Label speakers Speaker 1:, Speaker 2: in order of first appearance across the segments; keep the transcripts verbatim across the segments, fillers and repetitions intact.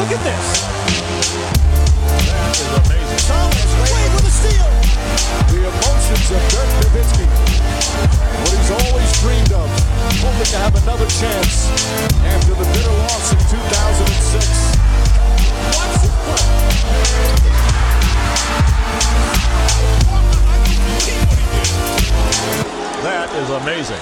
Speaker 1: Look at this. That is amazing. Thomas Wade with a steal. The emotions of Dirk Nowitzki. What he's always dreamed of. Hoping to have another chance after the bitter loss in two thousand six. Watch the play. That is amazing.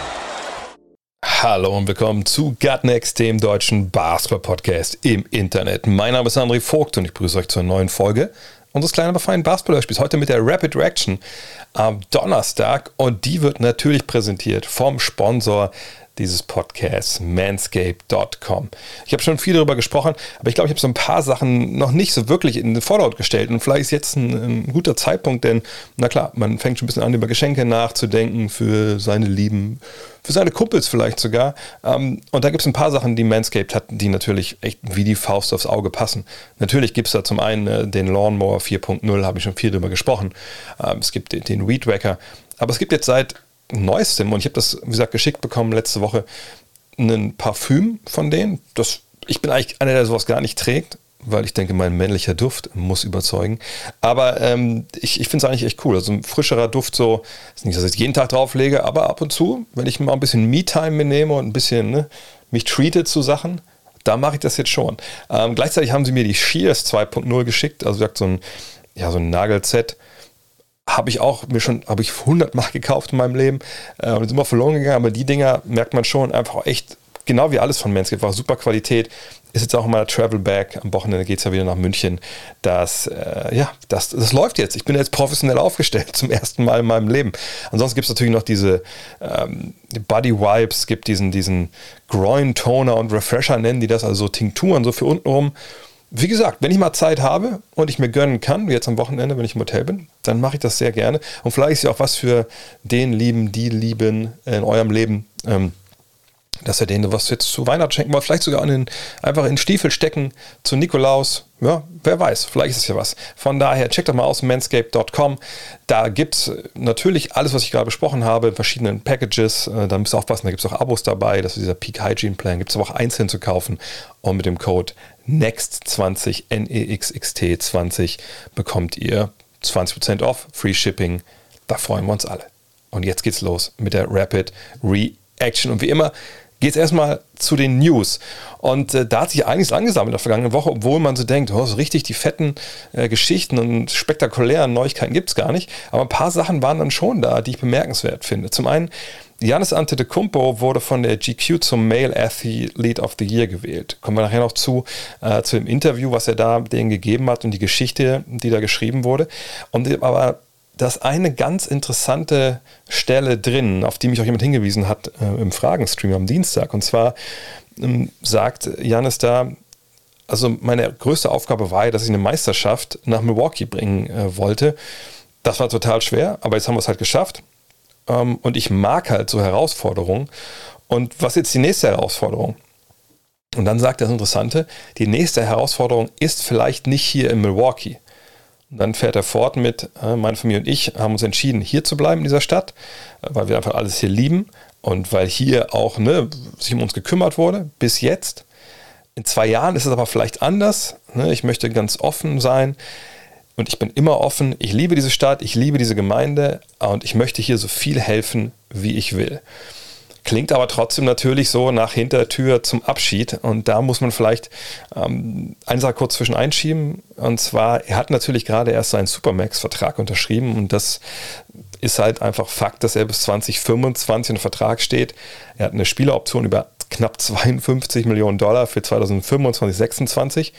Speaker 2: Hallo und willkommen zu Gut Next, dem deutschen Basketball-Podcast im Internet. Mein Name ist André Vogt und ich begrüße euch zur neuen Folge unseres kleinen, aber feinen Basketball-Spiels. Heute mit der Rapid Reaction am Donnerstag und die wird natürlich präsentiert vom Sponsor dieses Podcasts, manscaped Punkt com. Ich habe schon viel darüber gesprochen, aber ich glaube, ich habe so ein paar Sachen noch nicht so wirklich in den Vordergrund gestellt und vielleicht ist jetzt ein, ein guter Zeitpunkt, denn na klar, man fängt schon ein bisschen an, über Geschenke nachzudenken für seine Lieben, für seine Kumpels vielleicht sogar. Und da gibt es ein paar Sachen, die Manscaped hat, die natürlich echt wie die Faust aufs Auge passen. Natürlich gibt es da zum einen den Lawnmower vier Punkt null, habe ich schon viel darüber gesprochen. Es gibt den Weed Wacker, aber es gibt jetzt seit Neuestem, und ich habe das, wie gesagt, geschickt bekommen letzte Woche, ein Parfüm von denen. Das, ich bin eigentlich einer, der sowas gar nicht trägt, weil ich denke, mein männlicher Duft muss überzeugen. Aber ähm, ich, ich finde es eigentlich echt cool. Also ein frischerer Duft, so, ist nicht, dass ich jeden Tag drauflege, aber ab und zu, wenn ich mal ein bisschen Me-Time mir nehme und ein bisschen ne, mich treate zu Sachen, da mache ich das jetzt schon. Ähm, gleichzeitig haben sie mir die Shears zwei Punkt null geschickt, also wie gesagt, so ein, ja, so ein Nagelset. Habe ich auch mir schon, habe ich hundert Mal gekauft in meinem Leben äh, und ist immer verloren gegangen, aber die Dinger merkt man schon einfach echt, genau wie alles von Manscaped, war super Qualität, ist jetzt auch in meiner Travel Bag, am Wochenende geht es ja wieder nach München, das, äh, ja, das, das läuft jetzt, ich bin jetzt professionell aufgestellt, zum ersten Mal in meinem Leben. Ansonsten gibt es natürlich noch diese ähm, Body Wipes, gibt diesen, diesen Groin Toner und Refresher nennen die das, also so Tinkturen, so für untenrum. Wie gesagt, wenn ich mal Zeit habe und ich mir gönnen kann, wie jetzt am Wochenende, wenn ich im Hotel bin, dann mache ich das sehr gerne. Und vielleicht ist ja auch was für den Lieben, die Lieben in eurem Leben, ähm, dass ihr denen was jetzt zu Weihnachten schenken wollt, vielleicht sogar in den, einfach in den Stiefel stecken zu Nikolaus. Ja, wer weiß, vielleicht ist es ja was. Von daher, checkt doch mal aus manscaped Punkt com. Da gibt es natürlich alles, was ich gerade besprochen habe, in verschiedenen Packages. Da müsst ihr aufpassen, da gibt es auch Abos dabei. Das ist dieser Peak Hygiene Plan. Gibt es aber auch einzeln zu kaufen. Und mit dem Code Next zwanzig, N E X X T zwanzig, bekommt ihr zwanzig Prozent off, Free Shipping. Da freuen wir uns alle. Und jetzt geht's los mit der Rapid Reaction. Und wie immer geht es erstmal zu den News. Und äh, da hat sich einiges angesammelt in der vergangenen Woche, obwohl man so denkt, oh, so richtig die fetten äh, Geschichten und spektakulären Neuigkeiten gibt es gar nicht. Aber ein paar Sachen waren dann schon da, die ich bemerkenswert finde. Zum einen, Giannis Antetokounmpo wurde von der G Q zum Male Athlete of the Year gewählt. Kommen wir nachher noch zu, äh, zu dem Interview, was er da denen gegeben hat und die Geschichte, die da geschrieben wurde. Und aber das eine ganz interessante Stelle drin, auf die mich auch jemand hingewiesen hat äh, im Fragenstream am Dienstag. Und zwar ähm, sagt Giannis da, also meine größte Aufgabe war ja, dass ich eine Meisterschaft nach Milwaukee bringen äh, wollte. Das war total schwer, aber jetzt haben wir es halt geschafft. Ähm, und ich mag halt so Herausforderungen. Und was ist jetzt die nächste Herausforderung? Und dann sagt das Interessante, die nächste Herausforderung ist vielleicht nicht hier in Milwaukee. Und dann fährt er fort mit, äh, meine Familie und ich haben uns entschieden, hier zu bleiben in dieser Stadt, äh, weil wir einfach alles hier lieben und weil hier auch ne, sich um uns gekümmert wurde, bis jetzt. In zwei Jahren ist es aber vielleicht anders. Ne? Ich möchte ganz offen sein und ich bin immer offen. Ich liebe diese Stadt, ich liebe diese Gemeinde und ich möchte hier so viel helfen, wie ich will. Klingt aber trotzdem natürlich so nach Hintertür zum Abschied. Und da muss man vielleicht ähm, eine Sache kurz zwischen einschieben. Und zwar, er hat natürlich gerade erst seinen Supermax-Vertrag unterschrieben. Und das ist halt einfach Fakt, dass er bis zwanzig fünfundzwanzig in Vertrag steht. Er hat eine Spieleroption über knapp zweiundfünfzig Millionen Dollar für zwanzig fünfundzwanzig sechsundzwanzig.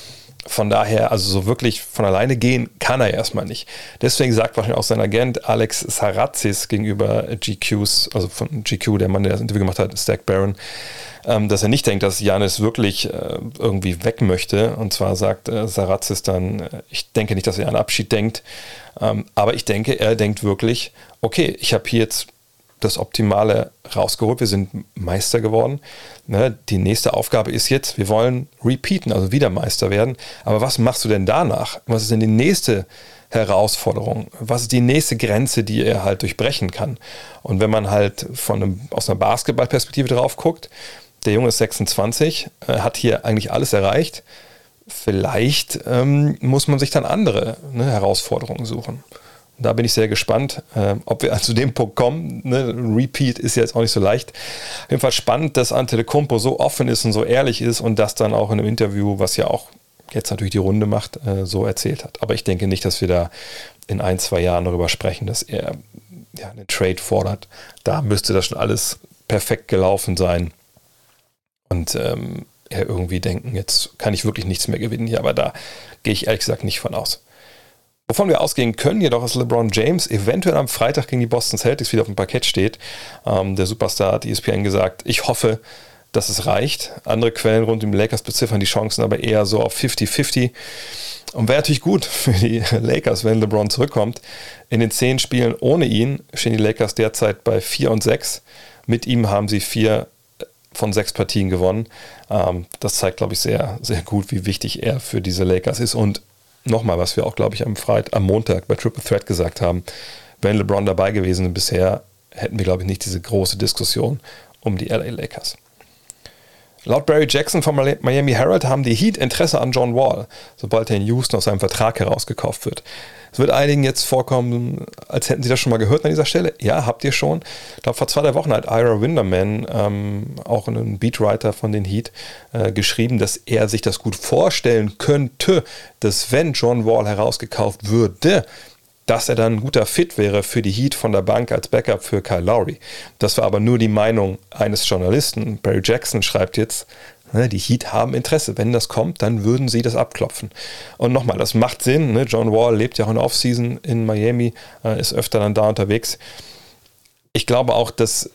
Speaker 2: Von daher, also so wirklich von alleine gehen kann er erstmal nicht. Deswegen sagt wahrscheinlich auch sein Agent Alex Sarazis gegenüber G Qs, also von G Q, der Mann, der das Interview gemacht hat, Stack Barron, ähm, dass er nicht denkt, dass Giannis wirklich äh, irgendwie weg möchte. Und zwar sagt äh, Sarazis dann, äh, ich denke nicht, dass er an Abschied denkt, ähm, aber ich denke, er denkt wirklich, okay, ich habe hier jetzt das Optimale rausgeholt. Wir sind Meister geworden. Ne, die nächste Aufgabe ist jetzt, wir wollen repeaten, also wieder Meister werden. Aber was machst du denn danach? Was ist denn die nächste Herausforderung? Was ist die nächste Grenze, die er halt durchbrechen kann? Und wenn man halt von einem, aus einer Basketballperspektive drauf guckt, der Junge ist sechsundzwanzig, äh, hat hier eigentlich alles erreicht. vielleicht ähm, muss man sich dann andere ne, Herausforderungen suchen. Und da bin ich sehr gespannt, äh, ob wir zu dem Punkt kommen. Ne? Repeat ist jetzt auch nicht so leicht. Auf jeden Fall spannend, dass Antetokounmpo so offen ist und so ehrlich ist und das dann auch in einem Interview, was ja auch jetzt natürlich die Runde macht, äh, so erzählt hat. Aber ich denke nicht, dass wir da in ein, zwei Jahren darüber sprechen, dass er ja, einen Trade fordert. Da müsste das schon alles perfekt gelaufen sein. Und ähm, er irgendwie denken, jetzt kann ich wirklich nichts mehr gewinnen hier. Aber da gehe ich ehrlich gesagt nicht von aus. Wovon wir ausgehen können, jedoch ist LeBron James eventuell am Freitag gegen die Boston Celtics wieder auf dem Parkett steht. Ähm, der Superstar hat E S P N gesagt, ich hoffe, dass es reicht. Andere Quellen rund um die Lakers beziffern die Chancen aber eher so auf fünfzig fünfzig. Und wäre natürlich gut für die Lakers, wenn LeBron zurückkommt. In den zehn Spielen ohne ihn stehen die Lakers derzeit bei vier und sechs. Mit ihm haben sie vier von sechs Partien gewonnen. Ähm, das zeigt, glaube ich, sehr, sehr gut, wie wichtig er für diese Lakers ist. Und nochmal, was wir auch, glaube ich, am Freitag, am Montag bei Triple Threat gesagt haben, wenn LeBron dabei gewesen wäre bisher, hätten wir, glaube ich, nicht diese große Diskussion um die L A Lakers. Laut Barry Jackson vom Miami Herald haben die Heat Interesse an John Wall, sobald er in Houston aus seinem Vertrag herausgekauft wird. Es wird einigen jetzt vorkommen, als hätten sie das schon mal gehört an dieser Stelle. Ja, habt ihr schon. Ich glaube, vor zwei, drei Wochen hat Ira Winderman, ähm, auch ein Beatwriter von den Heat, äh, geschrieben, dass er sich das gut vorstellen könnte, dass wenn John Wall herausgekauft würde, dass er dann ein guter Fit wäre für die Heat von der Bank als Backup für Kyle Lowry. Das war aber nur die Meinung eines Journalisten. Barry Jackson schreibt jetzt, ne, die Heat haben Interesse. Wenn das kommt, dann würden sie das abklopfen. Und nochmal, das macht Sinn. Ne? John Wall lebt ja auch in der Offseason in Miami, äh, ist öfter dann da unterwegs. Ich glaube auch, dass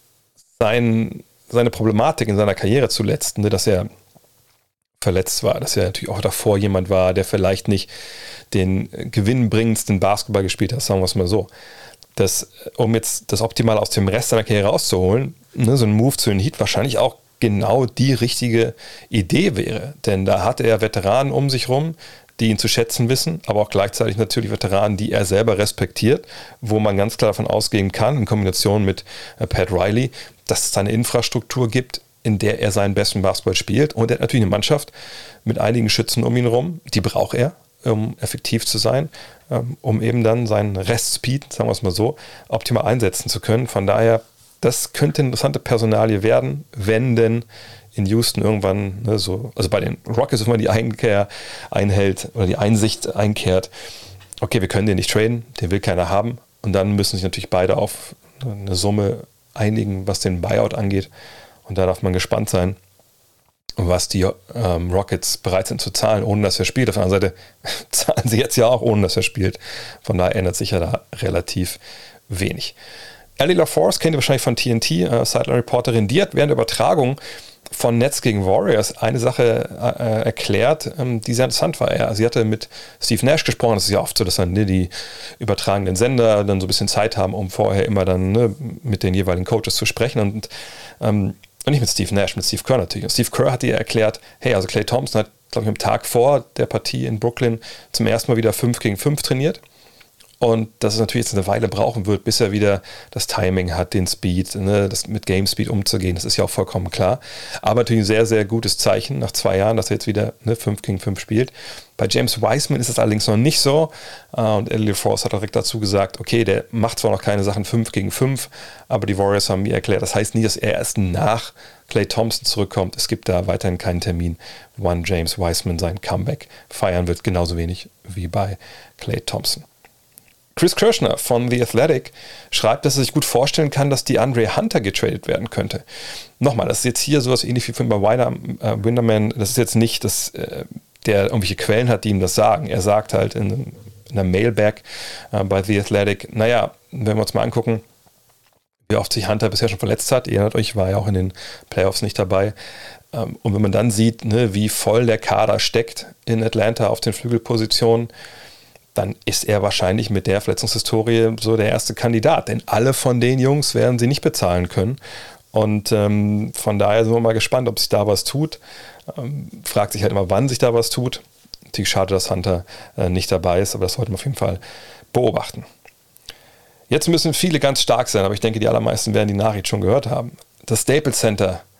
Speaker 2: sein, seine Problematik in seiner Karriere zuletzt, ne, dass er verletzt war, dass er natürlich auch davor jemand war, der vielleicht nicht den gewinnbringendsten Basketball gespielt hat, sagen wir es mal so. Das, um jetzt das Optimale aus dem Rest seiner Karriere rauszuholen, ne, so ein Move zu den Heat wahrscheinlich auch genau die richtige Idee wäre. Denn da hat er Veteranen um sich rum, die ihn zu schätzen wissen, aber auch gleichzeitig natürlich Veteranen, die er selber respektiert, wo man ganz klar davon ausgehen kann, in Kombination mit Pat Riley, dass es eine Infrastruktur gibt, in der er seinen besten Basketball spielt. Und er hat natürlich eine Mannschaft mit einigen Schützen um ihn herum. Die braucht er, um effektiv zu sein, um eben dann seinen Restspeed, sagen wir es mal so, optimal einsetzen zu können. Von daher, das könnte eine interessante Personalie werden, wenn denn in Houston irgendwann, ne, so, also bei den Rockets, wenn man die Einkehr einhält oder die Einsicht einkehrt, okay, wir können den nicht traden, den will keiner haben. Und dann müssen sich natürlich beide auf eine Summe einigen, was den Buyout angeht. Und da darf man gespannt sein, was die ähm, Rockets bereit sind zu zahlen, ohne dass er spielt. Auf der anderen Seite zahlen sie jetzt ja auch, ohne dass er spielt. Von daher ändert sich ja da relativ wenig. Ellie LaForce kennt ihr wahrscheinlich von T N T, äh, Sideline-Reporterin. Die hat während der Übertragung von Nets gegen Warriors eine Sache äh, erklärt, ähm, die sehr interessant war. Ja, sie hatte mit Steve Nash gesprochen. Das ist ja oft so, dass dann ne, die übertragenden Sender dann so ein bisschen Zeit haben, um vorher immer dann ne, mit den jeweiligen Coaches zu sprechen. Und ähm, Und nicht mit Steve Nash, mit Steve Kerr natürlich. Und Steve Kerr hat ihr erklärt, hey, also Klay Thompson hat, glaube ich, am Tag vor der Partie in Brooklyn zum ersten Mal wieder fünf gegen fünf trainiert. Und dass es natürlich jetzt eine Weile brauchen wird, bis er wieder das Timing hat, den Speed, ne, das mit Game Speed umzugehen. Das ist ja auch vollkommen klar. Aber natürlich ein sehr, sehr gutes Zeichen nach zwei Jahren, dass er jetzt wieder ne, fünf gegen fünf spielt. Bei James Wiseman ist es allerdings noch nicht so. Und Ellie LaForce hat auch direkt dazu gesagt, okay, der macht zwar noch keine Sachen fünf gegen fünf, aber die Warriors haben mir erklärt, das heißt nie, dass er erst nach Klay Thompson zurückkommt. Es gibt da weiterhin keinen Termin, wann James Wiseman sein Comeback feiern wird, genauso wenig wie bei Klay Thompson. Chris Kirschner von The Athletic schreibt, dass er sich gut vorstellen kann, dass DeAndre Hunter getradet werden könnte. Nochmal, das ist jetzt hier sowas ähnlich wie von bei Winderman. Das ist jetzt nicht, dass äh, der irgendwelche Quellen hat, die ihm das sagen. Er sagt halt in, in einer Mailbag äh, bei The Athletic, naja, wenn wir uns mal angucken, wie oft sich Hunter bisher schon verletzt hat. Ihr erinnert euch, war ja auch in den Playoffs nicht dabei. Ähm, und wenn man dann sieht, ne, wie voll der Kader steckt in Atlanta auf den Flügelpositionen, dann ist er wahrscheinlich mit der Verletzungshistorie so der erste Kandidat. Denn alle von den Jungs werden sie nicht bezahlen können. Und ähm, von daher sind wir mal gespannt, ob sich da was tut. Ähm, fragt sich halt immer, wann sich da was tut. Natürlich schade, dass Hunter äh, nicht dabei ist, aber das sollte man auf jeden Fall beobachten. Jetzt müssen viele ganz stark sein, aber ich denke, die allermeisten werden die Nachricht schon gehört haben. Das Staples Center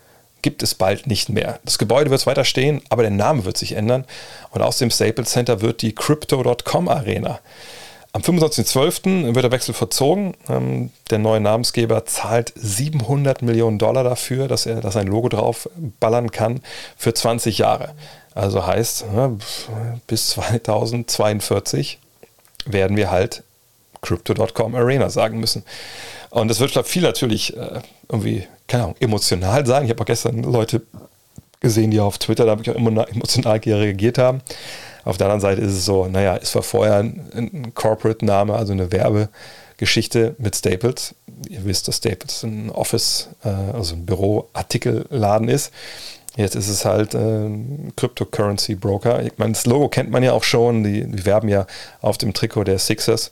Speaker 2: gibt es bald nicht mehr. Das Gebäude wird weiter stehen, aber der Name wird sich ändern und aus dem Staples Center wird die Crypto Punkt com Arena. Am fünfundzwanzigsten zwölften wird der Wechsel vollzogen. Ähm, der neue Namensgeber zahlt siebenhundert Millionen Dollar dafür, dass er da sein Logo drauf ballern kann für zwanzig Jahre. Also heißt, ja, bis zweitausendzweiundvierzig werden wir halt Crypto Punkt com Arena sagen müssen. Und das wird, glaube ich, viel natürlich äh, irgendwie, keine Ahnung, emotional sein. Ich habe auch gestern Leute gesehen, die auf Twitter da wirklich auch emotional reagiert haben. Auf der anderen Seite ist es so, naja, es war vorher ein, ein Corporate-Name, also eine Werbegeschichte mit Staples. Ihr wisst, dass Staples ein Office, äh, also ein Büroartikelladen ist. Jetzt ist es halt ein äh, Cryptocurrency Broker. Ich meine, das Logo kennt man ja auch schon. Die, die werben ja auf dem Trikot der Sixers.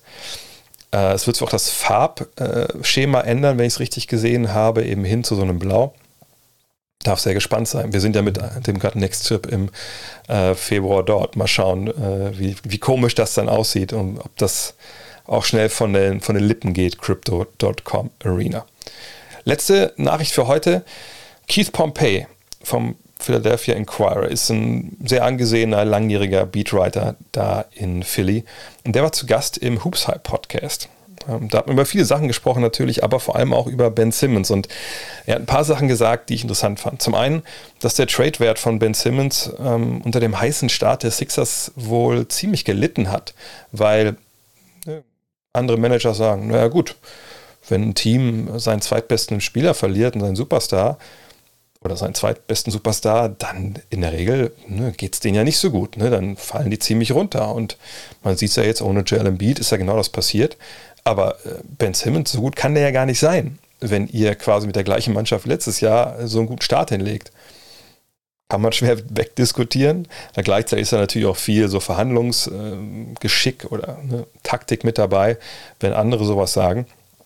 Speaker 2: Äh, es wird sich auch das Farbschema ändern, wenn ich es richtig gesehen habe, eben hin zu so einem Blau. Darf sehr gespannt sein. Wir sind ja mit dem Gut Next Trip im äh, Februar dort. Mal schauen, äh, wie, wie komisch das dann aussieht und ob das auch schnell von den, von den Lippen geht. Crypto Punkt com Arena. Letzte Nachricht für heute. Keith Pompey vom Philadelphia Inquirer ist ein sehr angesehener, langjähriger Beatwriter da in Philly. Und der war zu Gast im Hoops Hype Podcast. Da hat man über viele Sachen gesprochen natürlich, aber vor allem auch über Ben Simmons. Und er hat ein paar Sachen gesagt, die ich interessant fand. Zum einen, dass der Trade-Wert von Ben Simmons ähm, unter dem heißen Start der Sixers wohl ziemlich gelitten hat, weil äh, andere Manager sagen, naja gut, wenn ein Team seinen zweitbesten Spieler verliert und seinen Superstar oder seinen zweitbesten Superstar, dann in der Regel ne, geht es denen ja nicht so gut. Ne? Dann fallen die ziemlich runter. Und man sieht es ja jetzt, ohne Joel Embiid ist ja genau das passiert. Aber Ben Simmons, so gut kann der ja gar nicht sein, wenn ihr quasi mit der gleichen Mannschaft letztes Jahr so einen guten Start hinlegt. Kann man schwer wegdiskutieren. Da gleichzeitig ist da natürlich auch viel so Verhandlungsgeschick äh, oder ne, Taktik mit dabei, wenn andere sowas sagen.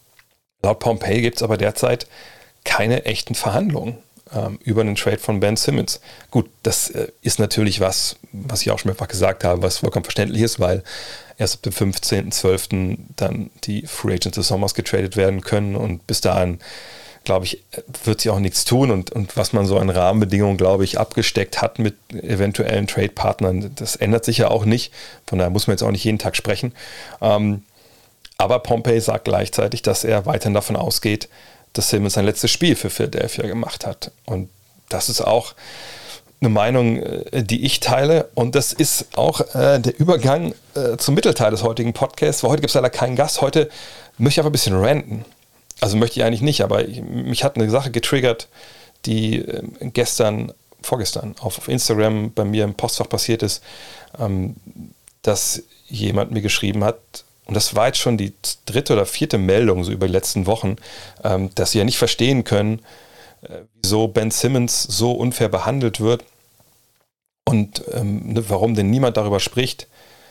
Speaker 2: Laut Pompey gibt es aber derzeit keine echten Verhandlungen ähm, über einen Trade von Ben Simmons. Gut, das äh, ist natürlich was, was ich auch schon mehrfach gesagt habe, was vollkommen verständlich ist, weil erst ab dem fünfzehnten zwölften dann die Free Agents des Sommers getradet werden können und bis dahin, glaube ich, wird sich auch nichts tun und, und was man so an Rahmenbedingungen, glaube ich, abgesteckt hat mit eventuellen Trade-Partnern, das ändert sich ja auch nicht, von daher muss man jetzt auch nicht jeden Tag sprechen. Ähm, aber Pompey sagt gleichzeitig, dass er weiterhin davon ausgeht, dass Simmons sein letztes Spiel für Philadelphia gemacht hat und das ist auch eine Meinung, die ich teile und das ist auch äh, der Übergang äh, zum Mittelteil des heutigen Podcasts, weil heute gibt es leider keinen Gast. Heute möchte ich einfach ein bisschen ranten. Also möchte ich eigentlich nicht, aber ich, mich hat eine Sache getriggert, die äh, gestern, vorgestern auf, auf Instagram bei mir im Postfach passiert ist, ähm, dass jemand mir geschrieben hat, und das war jetzt schon die dritte oder vierte Meldung so über die letzten Wochen, ähm, dass sie ja nicht verstehen können, wieso Ben Simmons so unfair behandelt wird und ähm, ne, warum denn niemand darüber spricht,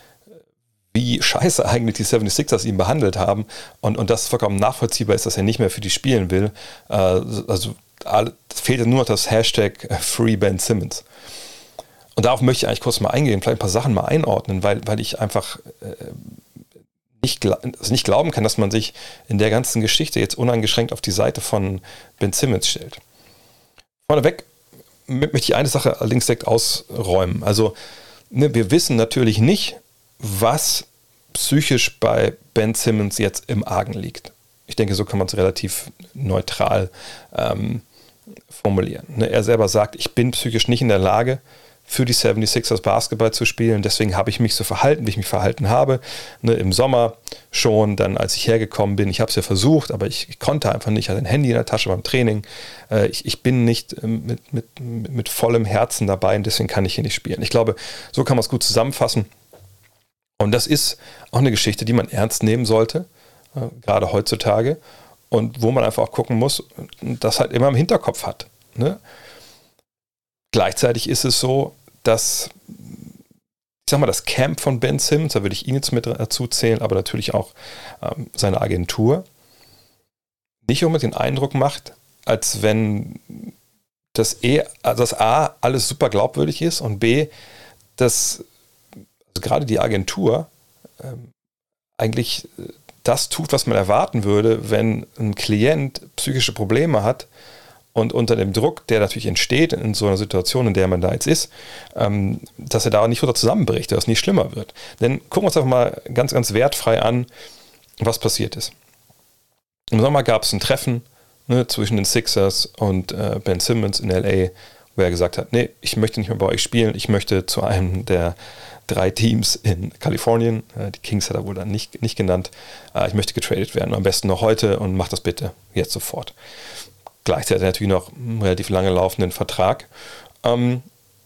Speaker 2: wie scheiße eigentlich die seventy-sixers ihn behandelt haben und, und das vollkommen nachvollziehbar ist, dass er nicht mehr für die spielen will. Äh, also alle, fehlt ja nur noch das Hashtag Free Ben Simmons. Und darauf möchte ich eigentlich kurz mal eingehen, vielleicht ein paar Sachen mal einordnen, weil, weil ich einfach äh, nicht, also nicht glauben kann, dass man sich in der ganzen Geschichte jetzt uneingeschränkt auf die Seite von Ben Simmons stellt. Vorneweg möchte ich eine Sache allerdings direkt ausräumen. Also ne, wir wissen natürlich nicht, was psychisch bei Ben Simmons jetzt im Argen liegt. Ich denke, so kann man es relativ neutral ähm, formulieren. Ne, er selber sagt, ich bin psychisch nicht in der Lage, für die seventy-sixers Basketball zu spielen. Deswegen habe ich mich so verhalten, wie ich mich verhalten habe. Ne, im Sommer schon, dann als ich hergekommen bin. Ich habe es ja versucht, aber ich, ich konnte einfach nicht. Ich hatte ein Handy in der Tasche beim Training. Äh, ich, ich bin nicht äh, mit, mit, mit vollem Herzen dabei und deswegen kann ich hier nicht spielen. Ich glaube, so kann man es gut zusammenfassen. Und das ist auch eine Geschichte, die man ernst nehmen sollte, äh, gerade heutzutage. Und wo man einfach auch gucken muss, das halt immer im Hinterkopf hat. Ne? Gleichzeitig ist es so, dass, ich sag mal, das Camp von Ben Simmons, da würde ich ihn jetzt mit dazu zählen, aber natürlich auch ähm, seine Agentur, nicht unbedingt den Eindruck macht, als wenn das, e, also das A, alles super glaubwürdig ist und B, dass also gerade die Agentur ähm, eigentlich das tut, was man erwarten würde, wenn ein Klient psychische Probleme hat und unter dem Druck, der natürlich entsteht in so einer Situation, in der man da jetzt ist, ähm, dass er da nicht wieder zusammenbricht, dass es nicht schlimmer wird. Denn gucken wir uns einfach mal ganz, ganz wertfrei an, was passiert ist. Im Sommer gab es ein Treffen, ne, zwischen den Sixers und äh, Ben Simmons in L A, wo er gesagt hat, nee, ich möchte nicht mehr bei euch spielen, ich möchte zu einem der drei Teams in Kalifornien, äh, die Kings hat er wohl dann nicht, nicht genannt, äh, ich möchte getradet werden, am besten noch heute und mach das bitte jetzt sofort. Gleichzeitig natürlich noch einen relativ lange laufenden Vertrag. Ähm,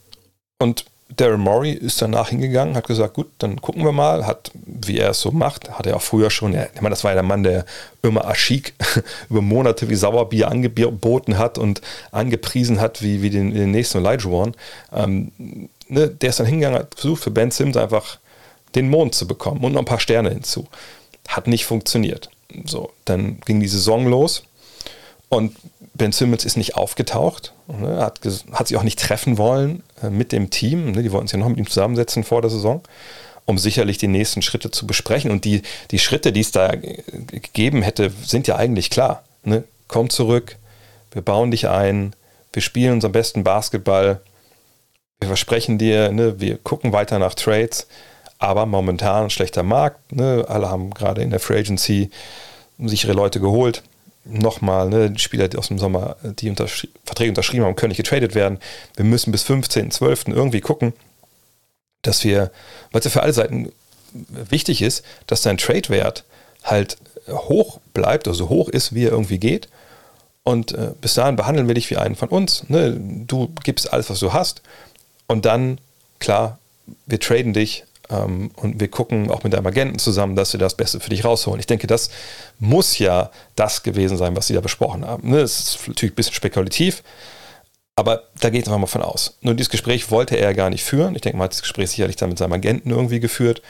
Speaker 2: und Daryl Morey ist danach hingegangen, hat gesagt, gut, dann gucken wir mal, hat, wie er es so macht, hat er auch früher schon, ja, ich meine, das war ja der Mann, der immer Aschik über Monate wie Sauerbier angeboten hat und angepriesen hat, wie, wie den, den nächsten Elijah Warren. Ähm, ne, der ist dann hingegangen, hat versucht für Ben Simmons einfach den Mond zu bekommen und noch ein paar Sterne hinzu. Hat nicht funktioniert. So, dann ging die Saison los und Ben Simmons ist nicht aufgetaucht, ne, hat, hat sich auch nicht treffen wollen äh, mit dem Team. Ne, die wollten sich ja noch mit ihm zusammensetzen vor der Saison, um sicherlich die nächsten Schritte zu besprechen. Und die, die Schritte, die es da g- gegeben hätte, sind ja eigentlich klar. Ne? Komm zurück, wir bauen dich ein, wir spielen unseren besten Basketball, wir versprechen dir, ne, wir gucken weiter nach Trades, aber momentan ein schlechter Markt. Ne? Alle haben gerade in der Free Agency sichere Leute geholt. Nochmal, ne, die Spieler, die aus dem Sommer die unterschri- Verträge unterschrieben haben, können nicht getradet werden. Wir müssen bis fünfzehnten zwölften irgendwie gucken, dass wir, weil es ja für alle Seiten wichtig ist, dass dein Trade-Wert halt hoch bleibt, also hoch ist, wie er irgendwie geht. Und äh, bis dahin behandeln wir dich wie einen von uns. Ne? Du gibst alles, was du hast. Und dann, klar, wir traden dich. Um, und wir gucken auch mit deinem Agenten zusammen, dass wir das Beste für dich rausholen. Ich denke, das muss ja das gewesen sein, was sie da besprochen haben. Ne? Das ist natürlich ein bisschen spekulativ, aber da geht es einfach mal von aus. Nur dieses Gespräch wollte er gar nicht führen. Ich denke, man hat das Gespräch sicherlich dann mit seinem Agenten irgendwie geführt.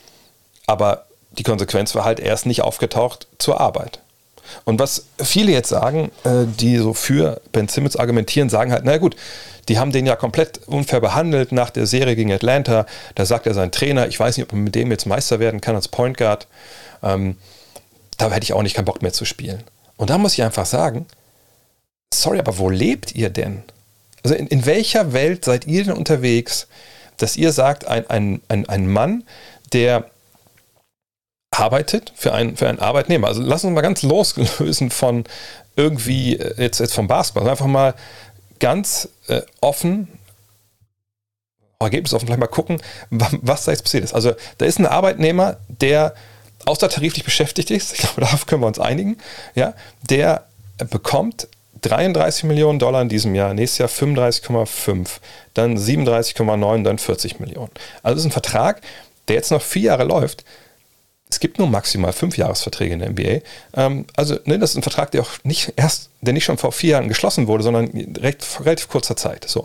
Speaker 2: Aber die Konsequenz war halt, er ist nicht aufgetaucht zur Arbeit. Und was viele jetzt sagen, die so für Ben Simmons argumentieren, sagen halt, na gut, die haben den ja komplett unfair behandelt nach der Serie gegen Atlanta. Da sagt er sein Trainer, ich weiß nicht, ob man mit dem jetzt Meister werden kann als Point Guard. Ähm, da hätte ich auch nicht keinen Bock mehr zu spielen. Und da muss ich einfach sagen, sorry, aber wo lebt ihr denn? Also in, in welcher Welt seid ihr denn unterwegs, dass ihr sagt, ein, ein, ein, ein Mann, der arbeitet für einen, für einen Arbeitnehmer. Also lass uns mal ganz loslösen von irgendwie, jetzt, jetzt vom Basketball, also einfach mal ganz äh, offen, ergebnisoffen vielleicht mal gucken, was da jetzt passiert ist. Also da ist ein Arbeitnehmer, der außertariflich beschäftigt ist, ich glaube, darauf können wir uns einigen, ja, der bekommt dreiunddreißig Millionen Dollar in diesem Jahr, nächstes Jahr fünfunddreißig Komma fünf, dann siebenunddreißig Komma neun, dann vierzig Millionen. Also das ist ein Vertrag, der jetzt noch vier Jahre läuft. Es gibt nur maximal fünf Jahresverträge in der N B A. Ähm, also ne, das ist ein Vertrag, der auch nicht erst, der nicht schon vor vier Jahren geschlossen wurde, sondern recht, vor relativ kurzer Zeit. So.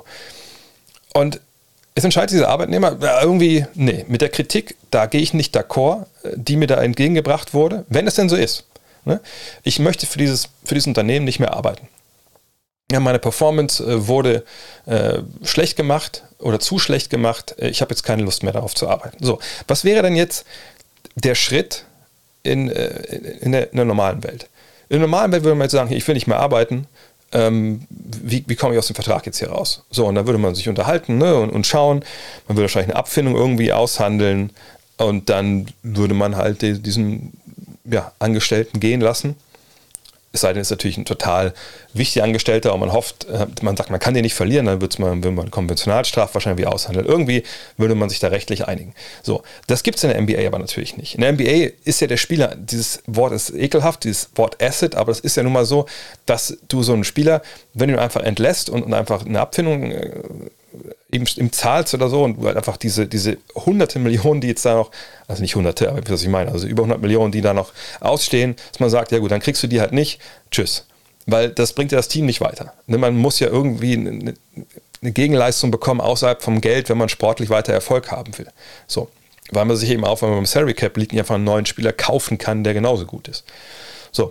Speaker 2: Und es entscheidet dieser Arbeitnehmer irgendwie, nee, mit der Kritik, da gehe ich nicht d'accord, die mir da entgegengebracht wurde, wenn es denn so ist. Ne? Ich möchte für dieses, für dieses Unternehmen nicht mehr arbeiten. Ja, meine Performance äh, wurde äh, schlecht gemacht oder zu schlecht gemacht. Ich habe jetzt keine Lust mehr darauf zu arbeiten. So, was wäre denn jetzt der Schritt in, in, der, in der normalen Welt? In der normalen Welt würde man jetzt sagen, ich will nicht mehr arbeiten, ähm, wie, wie komme ich aus dem Vertrag jetzt hier raus? So, und dann würde man sich unterhalten, ne, und, und schauen, man würde wahrscheinlich eine Abfindung irgendwie aushandeln und dann würde man halt die, diesen ja, Angestellten gehen lassen. Es sei denn, es ist natürlich ein total wichtiger Angestellter und man hofft, man sagt, man kann den nicht verlieren, dann wird man, man Konventionalstraf wahrscheinlich aushandeln. Irgendwie würde man sich da rechtlich einigen. So, das gibt es in der N B A aber natürlich nicht. In der N B A ist ja der Spieler, dieses Wort ist ekelhaft, dieses Wort Asset, aber es ist ja nun mal so, dass du so einen Spieler, wenn du ihn einfach entlässt und, und einfach eine Abfindung äh, eben ihm zahlst oder so und du halt einfach diese, diese hunderte Millionen, die jetzt da noch, also nicht hunderte, aber was ich meine, also über hundert Millionen, die da noch ausstehen, dass man sagt, ja gut, dann kriegst du die halt nicht, tschüss. Weil das bringt ja das Team nicht weiter. Man muss ja irgendwie eine, eine Gegenleistung bekommen außerhalb vom Geld, wenn man sportlich weiter Erfolg haben will. So, weil man sich eben auch, wenn man im Salary Cap liegt, einfach einen neuen Spieler kaufen kann, der genauso gut ist. So.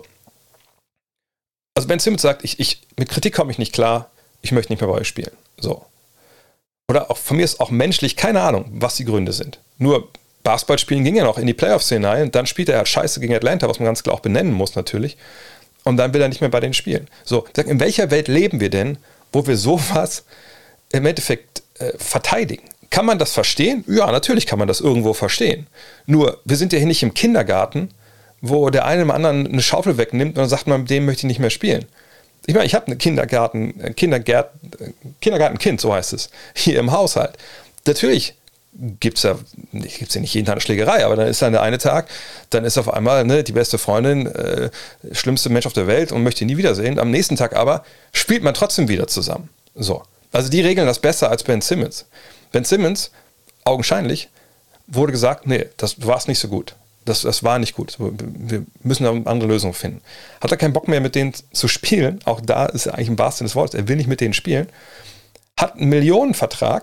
Speaker 2: Also Ben Simmons sagt, ich, ich, mit Kritik komme ich nicht klar, ich möchte nicht mehr bei euch spielen. So. Oder auch von mir ist auch menschlich, keine Ahnung, was die Gründe sind. Nur Basketballspielen ging ja noch in die Playoffs hinein, dann spielt er halt scheiße gegen Atlanta, was man ganz klar auch benennen muss natürlich. und dann will er nicht mehr bei denen spielen. So, in welcher Welt leben wir denn, wo wir sowas im Endeffekt äh, verteidigen? Kann man das verstehen? Ja, natürlich kann man das irgendwo verstehen. Nur, wir sind ja hier nicht im Kindergarten, wo der eine dem anderen eine Schaufel wegnimmt und dann sagt man, mit dem möchte ich nicht mehr spielen. Ich meine, ich habe ein Kindergarten, Kindergärt, Kindergartenkind, so heißt es, hier im Haushalt. Natürlich gibt es ja, gibt's ja nicht jeden Tag eine Schlägerei, aber dann ist dann der eine Tag, dann ist auf einmal ne, die beste Freundin, äh, schlimmste Mensch auf der Welt und möchte ihn nie wiedersehen. Am nächsten Tag aber spielt man trotzdem wieder zusammen. So. Also die regeln das besser als Ben Simmons. Ben Simmons, augenscheinlich, wurde gesagt, nee, das war es nicht so gut. Das, das war nicht gut. Wir müssen eine andere Lösung finden. Hat er keinen Bock mehr, mit denen zu spielen? Auch da ist er eigentlich im wahrsten Sinne des Wortes. Er will nicht mit denen spielen. Hat einen Millionenvertrag.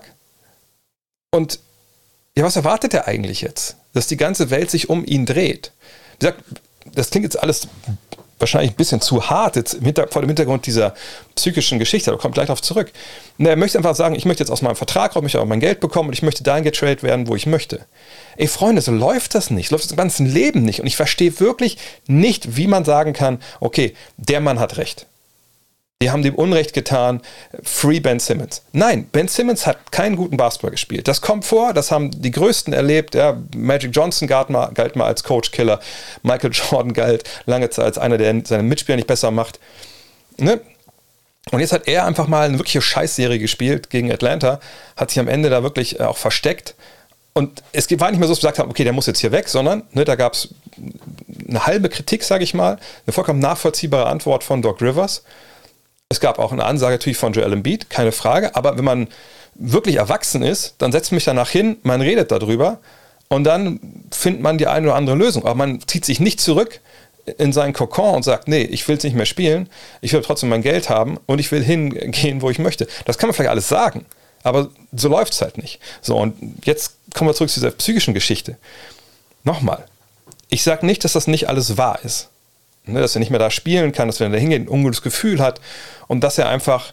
Speaker 2: Und ja, was erwartet er eigentlich jetzt? Dass die ganze Welt sich um ihn dreht. Wie gesagt, das klingt jetzt alles wahrscheinlich ein bisschen zu hart jetzt im Hinter- vor dem Hintergrund dieser psychischen Geschichte, aber kommt gleich darauf zurück. Und er möchte einfach sagen, ich möchte jetzt aus meinem Vertrag raus, ich möchte auch mein Geld bekommen und ich möchte dahin getradet werden, wo ich möchte. Ey Freunde, so läuft das nicht, so läuft das im ganzen Leben nicht und ich verstehe wirklich nicht, wie man sagen kann, okay, der Mann hat recht. Die haben dem Unrecht getan, free Ben Simmons. Nein, Ben Simmons hat keinen guten Basketball gespielt. Das kommt vor, das haben die Größten erlebt. Ja, Magic Johnson galt mal, galt mal als Coach-Killer. Michael Jordan galt lange Zeit als einer, der seine Mitspieler nicht besser macht. Ne? Und jetzt hat er einfach mal eine wirkliche Scheißserie gespielt gegen Atlanta, hat sich am Ende da wirklich auch versteckt. Und es war nicht mehr so, dass wir gesagt haben, okay, der muss jetzt hier weg, sondern ne, da gab es eine halbe Kritik, sage ich mal, eine vollkommen nachvollziehbare Antwort von Doc Rivers. Es gab auch eine Ansage natürlich von Joel Embiid, keine Frage, aber wenn man wirklich erwachsen ist, dann setzt man sich danach hin, man redet darüber und dann findet man die eine oder andere Lösung. Aber man zieht sich nicht zurück in seinen Kokon und sagt, nee, ich will es nicht mehr spielen, ich will trotzdem mein Geld haben und ich will hingehen, wo ich möchte. Das kann man vielleicht alles sagen, aber so läuft es halt nicht. So, und jetzt kommen wir zurück zu dieser psychischen Geschichte. Nochmal, ich sage nicht, dass das nicht alles wahr ist. Ne, dass er nicht mehr da spielen kann, dass er da hingeht, ein ungutes Gefühl hat und dass er einfach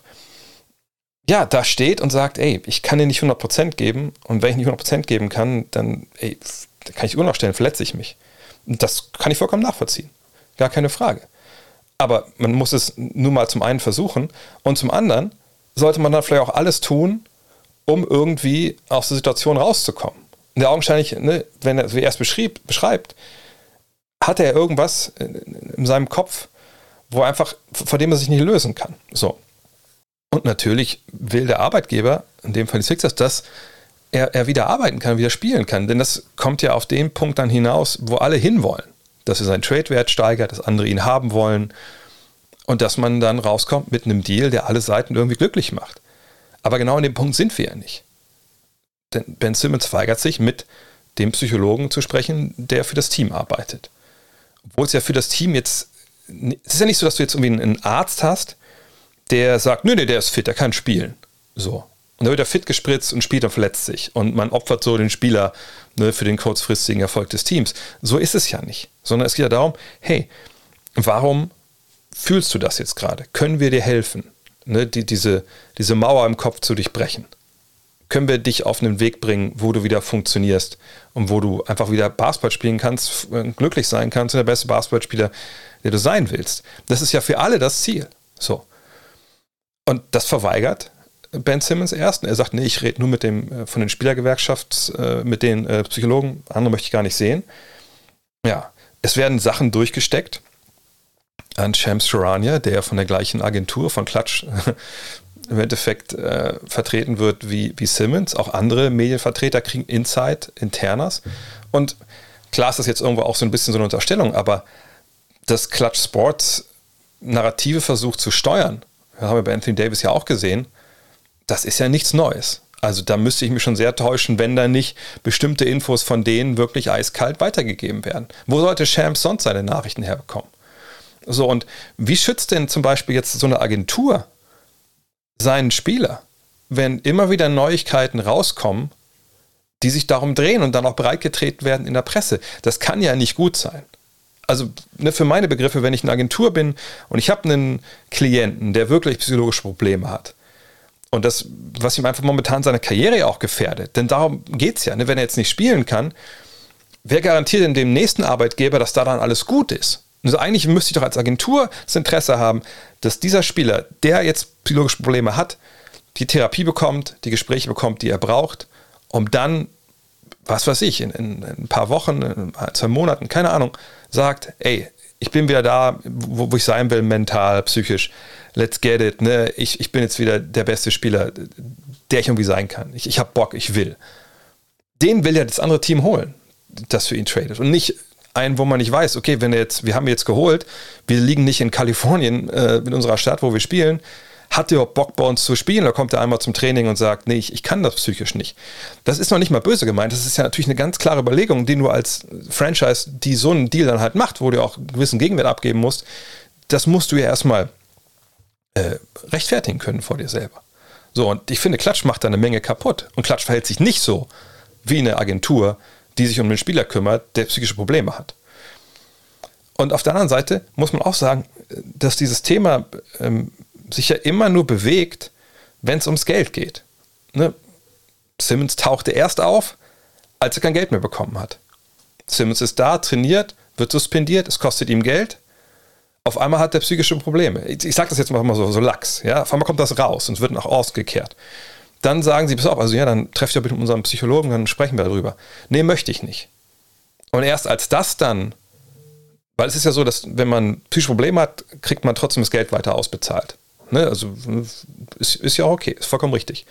Speaker 2: ja, da steht und sagt, ey, ich kann dir nicht hundert Prozent geben und wenn ich nicht hundert Prozent geben kann, dann ey, da kann ich die Uhr noch stellen, verletze ich mich. Und das kann ich vollkommen nachvollziehen. Gar keine Frage. Aber man muss es nun mal zum einen versuchen und zum anderen sollte man dann vielleicht auch alles tun, um irgendwie aus der Situation rauszukommen. Und der augenscheinlich, ne, wenn er, wie er es beschrieb, beschreibt, hatte er irgendwas in seinem Kopf, wo einfach, vor dem er sich nicht lösen kann. So. Und natürlich will der Arbeitgeber, in dem Fall die Sixers, dass er, er wieder arbeiten kann, wieder spielen kann. Denn das kommt ja auf den Punkt dann hinaus, wo alle hinwollen. Dass er seinen Trade-Wert steigert, dass andere ihn haben wollen und dass man dann rauskommt mit einem Deal, der alle Seiten irgendwie glücklich macht. Aber genau an dem Punkt sind wir ja nicht. Denn Ben Simmons weigert sich, mit dem Psychologen zu sprechen, der für das Team arbeitet. Obwohl es ja für das Team jetzt, es ist ja nicht so, dass du jetzt irgendwie einen Arzt hast, der sagt, nee, nee, der ist fit, der kann spielen. So. Und dann wird er fit gespritzt und spielt und verletzt sich. Und man opfert so den Spieler, ne, für den kurzfristigen Erfolg des Teams. So ist es ja nicht. Sondern es geht ja darum, hey, warum fühlst du das jetzt gerade? Können wir dir helfen, ne, die, diese, diese Mauer im Kopf zu durchbrechen? Können wir dich auf einen Weg bringen, wo du wieder funktionierst und wo du einfach wieder Basketball spielen kannst, glücklich sein kannst und der beste Basketballspieler, der du sein willst. Das ist ja für alle das Ziel. So. Und das verweigert Ben Simmons erst. Er sagt, nee, ich rede nur mit dem von den Spielergewerkschafts, mit den Psychologen, andere möchte ich gar nicht sehen. Ja, es werden Sachen durchgesteckt an Shams Charania, der von der gleichen Agentur, von Clutch, im Endeffekt äh, vertreten wird wie, wie Simmons. Auch andere Medienvertreter kriegen Insight, Internas. Und klar ist das jetzt irgendwo auch so ein bisschen so eine Unterstellung, aber das Clutch Sports Narrative versucht zu steuern, das haben wir bei Anthony Davis ja auch gesehen, das ist ja nichts Neues. Also da müsste ich mich schon sehr täuschen, wenn da nicht bestimmte Infos von denen wirklich eiskalt weitergegeben werden. Wo sollte Shams sonst seine Nachrichten herbekommen? So, und wie schützt denn zum Beispiel jetzt so eine Agentur seinen Spieler, wenn immer wieder Neuigkeiten rauskommen, die sich darum drehen und dann auch breitgetreten werden in der Presse? Das kann ja nicht gut sein. Also ne, für meine Begriffe, wenn ich eine Agentur bin und ich habe einen Klienten, der wirklich psychologische Probleme hat und das, was ihm einfach momentan seine Karriere auch gefährdet, denn darum geht es ja, ne? Wenn er jetzt nicht spielen kann, wer garantiert denn dem nächsten Arbeitgeber, dass da dann alles gut ist? Also eigentlich müsste ich doch als Agentur das Interesse haben, dass dieser Spieler, der jetzt psychologische Probleme hat, die Therapie bekommt, die Gespräche bekommt, die er braucht, um dann, was weiß ich, in, in, in ein paar Wochen, in ein, zwei Monaten, keine Ahnung, sagt, ey, ich bin wieder da, wo, wo ich sein will, mental, psychisch, let's get it, ne? ich, ich bin jetzt wieder der beste Spieler, der ich irgendwie sein kann. Ich, ich habe Bock, ich will. Den will ja das andere Team holen, das für ihn tradet. Und nicht einen, wo man nicht weiß, okay, wenn er jetzt, wir haben ihn jetzt geholt, wir liegen nicht in Kalifornien, äh, in unserer Stadt, wo wir spielen, hat er überhaupt Bock bei uns zu spielen? Oder kommt er einmal zum Training und sagt, nee, ich, ich kann das psychisch nicht. Das ist noch nicht mal böse gemeint. Das ist ja natürlich eine ganz klare Überlegung, die du als Franchise, die so einen Deal dann halt macht, wo du auch einen gewissen Gegenwert abgeben musst, das musst du ja erstmal äh, rechtfertigen können vor dir selber. So, und ich finde, Klatsch macht da eine Menge kaputt. Und Klatsch verhält sich nicht so wie eine Agentur, die sich um den Spieler kümmert, der psychische Probleme hat. Und auf der anderen Seite muss man auch sagen, dass dieses Thema ähm, sich ja immer nur bewegt, wenn es ums Geld geht. Ne? Simmons tauchte erst auf, als er kein Geld mehr bekommen hat. Simmons ist da, trainiert, wird suspendiert, es kostet ihm Geld. Auf einmal hat er psychische Probleme. Ich, ich sage das jetzt mal so, so lax. Ja? Auf einmal kommt das raus und es wird nach ausgekehrt. Dann sagen sie, pass auf, also ja, dann trefft ihr mit unserem Psychologen, dann sprechen wir darüber. Nee, möchte ich nicht. Und erst als das dann, weil es ist ja so, dass wenn man psychische Probleme hat, kriegt man trotzdem das Geld weiter ausbezahlt. Ne? Also ist, ist ja auch okay, ist vollkommen richtig.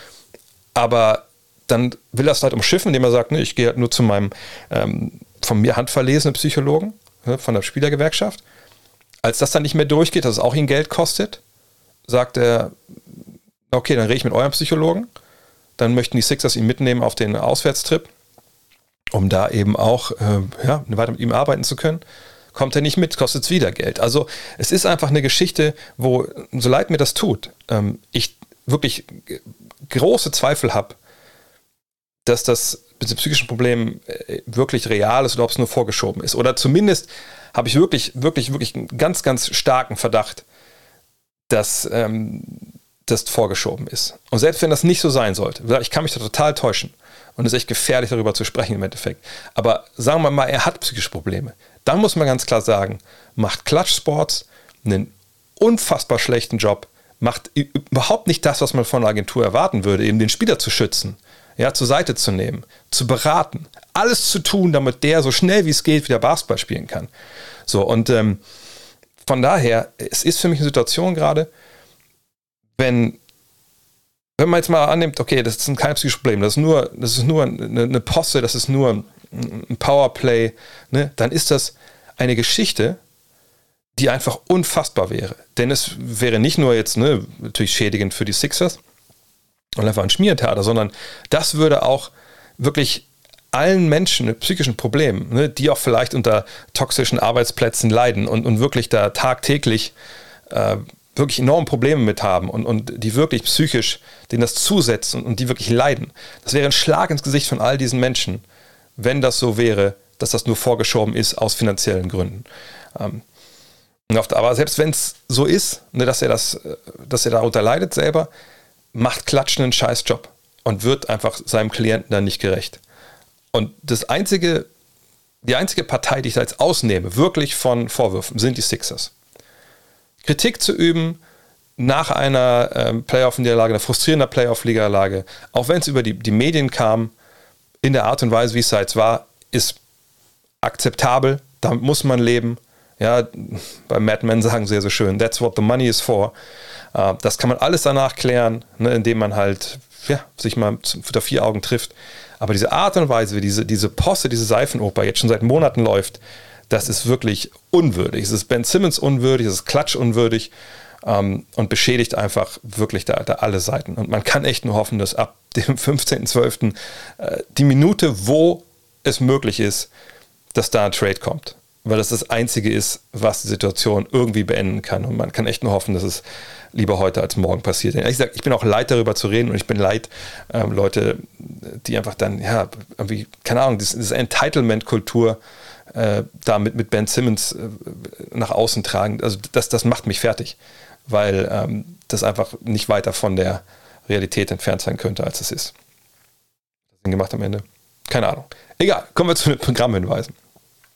Speaker 2: Aber dann will er es halt umschiffen, indem er sagt, ne, ich gehe halt nur zu meinem ähm, von mir handverlesenen Psychologen, ne, von der Spielergewerkschaft. Als das dann nicht mehr durchgeht, dass es auch ihn Geld kostet, sagt er, okay, dann rede ich mit eurem Psychologen. Dann möchten die Sixers ihn mitnehmen auf den Auswärtstrip, um da eben auch äh, ja, weiter mit ihm arbeiten zu können. Kommt er nicht mit, kostet es wieder Geld. Also es ist einfach eine Geschichte, wo, so leid mir das tut, ähm, ich wirklich g- große Zweifel habe, dass das mit dem psychischen Problem äh, wirklich real ist oder ob es nur vorgeschoben ist. Oder zumindest habe ich wirklich, wirklich, wirklich einen ganz, ganz starken Verdacht, dass ähm, das vorgeschoben ist. Und selbst wenn das nicht so sein sollte, ich kann mich da total täuschen und es ist echt gefährlich, darüber zu sprechen im Endeffekt. Aber sagen wir mal, er hat psychische Probleme. Dann muss man ganz klar sagen, macht Clutch Sports einen unfassbar schlechten Job, macht überhaupt nicht das, was man von einer Agentur erwarten würde, eben den Spieler zu schützen, ja, zur Seite zu nehmen, zu beraten, alles zu tun, damit der so schnell wie es geht wieder Basketball spielen kann. So, und ähm, von daher, es ist für mich eine Situation gerade, wenn, wenn man jetzt mal annimmt, okay, das ist kein psychisches Problem, das ist nur, das ist nur eine, eine Posse, das ist nur ein Powerplay, ne, dann ist das eine Geschichte, die einfach unfassbar wäre. Denn es wäre nicht nur jetzt, ne, natürlich schädigend für die Sixers und einfach ein Schmiertheater, sondern das würde auch wirklich allen Menschen mit psychischen Problemen, ne, die auch vielleicht unter toxischen Arbeitsplätzen leiden und, und wirklich da tagtäglich äh, wirklich enorme Probleme mit haben und, und die wirklich psychisch denen das zusetzen und die wirklich leiden. Das wäre ein Schlag ins Gesicht von all diesen Menschen, wenn das so wäre, dass das nur vorgeschoben ist aus finanziellen Gründen. Ähm, aber selbst wenn es so ist, ne, dass er das, dass er darunter leidet selber, macht Klatschen einen scheiß Job und wird einfach seinem Klienten dann nicht gerecht. Und das einzige, die einzige Partei, die ich da jetzt ausnehme, wirklich von Vorwürfen, sind die Sixers. Kritik zu üben nach einer ähm, Playoff-Niederlage, einer frustrierender Playoff-Niederlage, auch wenn es über die, die Medien kam, in der Art und Weise, wie es jetzt war, ist akzeptabel, damit muss man leben. Ja, bei Mad Men sagen sie ja so schön, that's what the money is for. Uh, das kann man alles danach klären, ne, indem man halt ja, sich mal unter vier Augen trifft. Aber diese Art und Weise, wie diese, diese Posse, diese Seifenoper jetzt schon seit Monaten läuft, das ist wirklich unwürdig. Es ist Ben Simmons unwürdig, es ist Klatsch unwürdig ähm, und beschädigt einfach wirklich da, da alle Seiten. Und man kann echt nur hoffen, dass ab dem fünfzehnten zwölften äh, die Minute, wo es möglich ist, dass da ein Trade kommt. Weil das das Einzige ist, was die Situation irgendwie beenden kann. Und man kann echt nur hoffen, dass es lieber heute als morgen passiert. Ehrlich gesagt, ich bin auch leid, darüber zu reden und ich bin leid, ähm, Leute, die einfach dann, ja, irgendwie, keine Ahnung, diese, diese Entitlement-Kultur äh, da mit, mit Ben Simmons äh, nach außen tragen. Also das, das macht mich fertig, weil ähm, das einfach nicht weiter von der Realität entfernt sein könnte, als es ist. Sinn gemacht am Ende? Keine Ahnung. Egal, kommen wir zu den Programmhinweisen.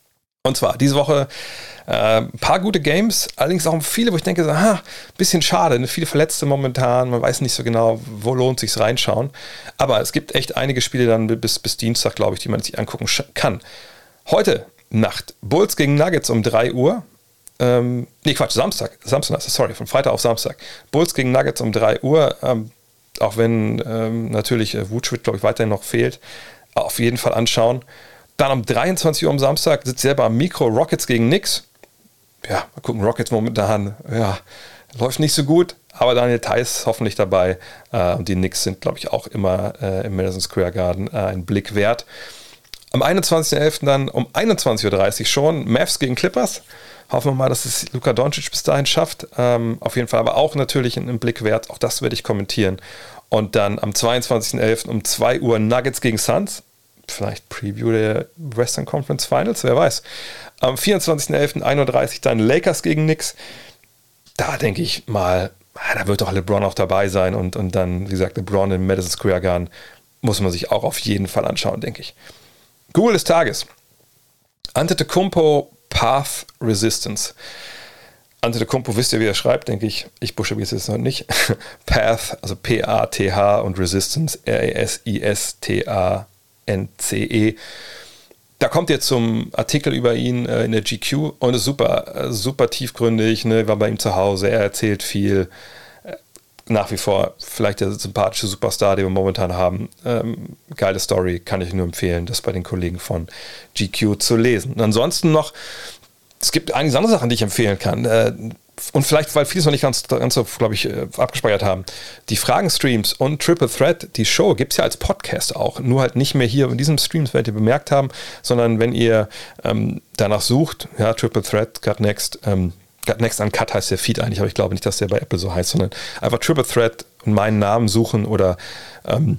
Speaker 2: Und zwar diese Woche äh, ein paar gute Games, allerdings auch viele, wo ich denke, so, ha, bisschen schade, ne? Viele Verletzte momentan, man weiß nicht so genau, wo lohnt sich's reinschauen. Aber es gibt echt einige Spiele dann bis, bis Dienstag, glaube ich, die man sich angucken kann. Heute Nacht Bulls gegen Nuggets um drei Uhr. Ähm, nee, Quatsch, Samstag. Samstag, sorry, von Freitag auf Samstag. Bulls gegen Nuggets um drei Uhr. Ähm, auch wenn ähm, natürlich äh, Vucevic, glaube ich, weiterhin noch fehlt. Auf jeden Fall anschauen. Dann um dreiundzwanzig Uhr am Samstag sitzt selber am Mikro Rockets gegen Knicks. Ja, mal gucken, Rockets momentan, ja, läuft nicht so gut, aber Daniel Theis hoffentlich dabei. Äh, und die Knicks sind, glaube ich, auch immer äh, im Madison Square Garden äh, ein Blick wert. Am einundzwanzigsten elften dann um einundzwanzig Uhr dreißig schon Mavs gegen Clippers. Hoffen wir mal, dass es Luka Doncic bis dahin schafft. Ähm, auf jeden Fall aber auch natürlich einen Blick wert. Auch das werde ich kommentieren. Und dann am zweiundzwanzigsten elften um zwei Uhr Nuggets gegen Suns. Vielleicht Preview der Western Conference Finals, wer weiß. Am vierundzwanzigsten elften ein Uhr dreißig dann Lakers gegen Knicks. Da denke ich mal, da wird doch LeBron auch dabei sein. Und, und dann, wie gesagt, LeBron im Madison Square Garden muss man sich auch auf jeden Fall anschauen, denke ich. Google des Tages. Antetokounmpo Path Resistance. Antetokounmpo, wisst ihr, wie er schreibt, denke ich. Ich buchstabiere es jetzt noch nicht. Path, also P A T H und Resistance, R E S I S T A N C E. Da kommt ihr zum Artikel über ihn äh, in der G Q und ist super, äh, super tiefgründig, ne? War bei ihm zu Hause, er erzählt viel. Äh, nach wie vor vielleicht der sympathische Superstar, den wir momentan haben. Ähm, geile Story, kann ich nur empfehlen, das bei den Kollegen von G Q zu lesen. Und ansonsten noch, es gibt einige andere Sachen, die ich empfehlen kann. Äh, und vielleicht, weil viele es noch nicht ganz, ganz so, glaube ich, abgespeichert haben. Die Fragen-Streams und Triple Threat, die Show, gibt es ja als Podcast auch. Nur halt nicht mehr hier in diesem Stream, werdet ihr bemerkt haben, sondern wenn ihr ähm, danach sucht, ja, Triple Threat, Gut Next, ähm, Gut Next Uncut heißt der Feed eigentlich, aber ich glaube nicht, dass der bei Apple so heißt, sondern einfach Triple Threat und meinen Namen suchen oder ähm,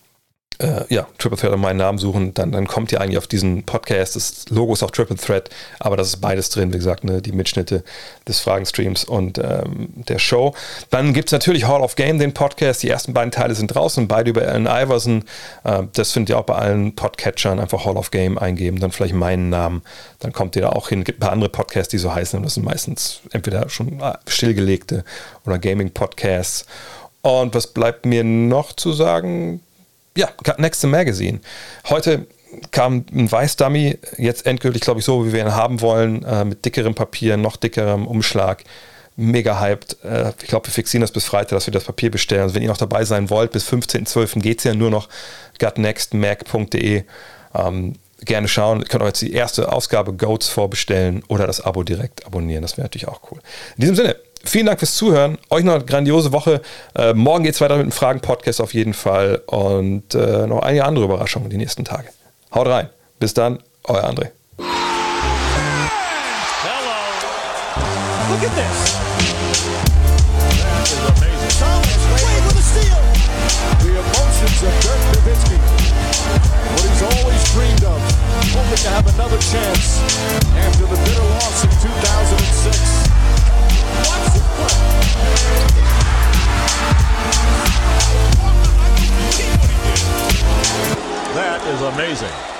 Speaker 2: Äh, ja, Triple Threat und meinen Namen suchen, dann, dann kommt ihr eigentlich auf diesen Podcast. Das Logo ist auch Triple Threat, aber das ist beides drin, wie gesagt, ne, die Mitschnitte des Fragenstreams und ähm, der Show. Dann gibt es natürlich Hall of Game, den Podcast. Die ersten beiden Teile sind draußen, beide über Allen Iverson. Äh, das findet ihr auch bei allen Podcatchern. Einfach Hall of Game eingeben, dann vielleicht meinen Namen. Dann kommt ihr da auch hin. Es gibt ein paar andere Podcasts, die so heißen, und das sind meistens entweder schon stillgelegte oder Gaming-Podcasts. Und was bleibt mir noch zu sagen? Ja, Gut Next Magazine. Heute kam ein Weiß-Dummy, jetzt endgültig, glaube ich, so, wie wir ihn haben wollen, äh, mit dickerem Papier, noch dickerem Umschlag. Mega hyped. Äh, ich glaube, wir fixieren das bis Freitag, dass wir das Papier bestellen. Also wenn ihr noch dabei sein wollt, bis fünfzehnten zwölften geht es ja nur noch gut next mag punkt de. Ähm, gerne schauen. Ihr könnt euch jetzt die erste Ausgabe Goats vorbestellen oder das Abo direkt abonnieren. Das wäre natürlich auch cool. In diesem Sinne, vielen Dank fürs Zuhören. Euch noch eine grandiose Woche. Äh, morgen geht es weiter mit einem Fragen-Podcast auf jeden Fall. Und äh, noch einige andere Überraschungen die nächsten Tage. Haut rein. Bis dann, euer André.
Speaker 1: Hello. Look at this. That is amazing. Thomas Wade with a steal. The emotions of Dirk Nowitzki. What he's always dreamed of. Hoping to have another chance after the bitter loss in two thousand six. Watch the play. That is amazing.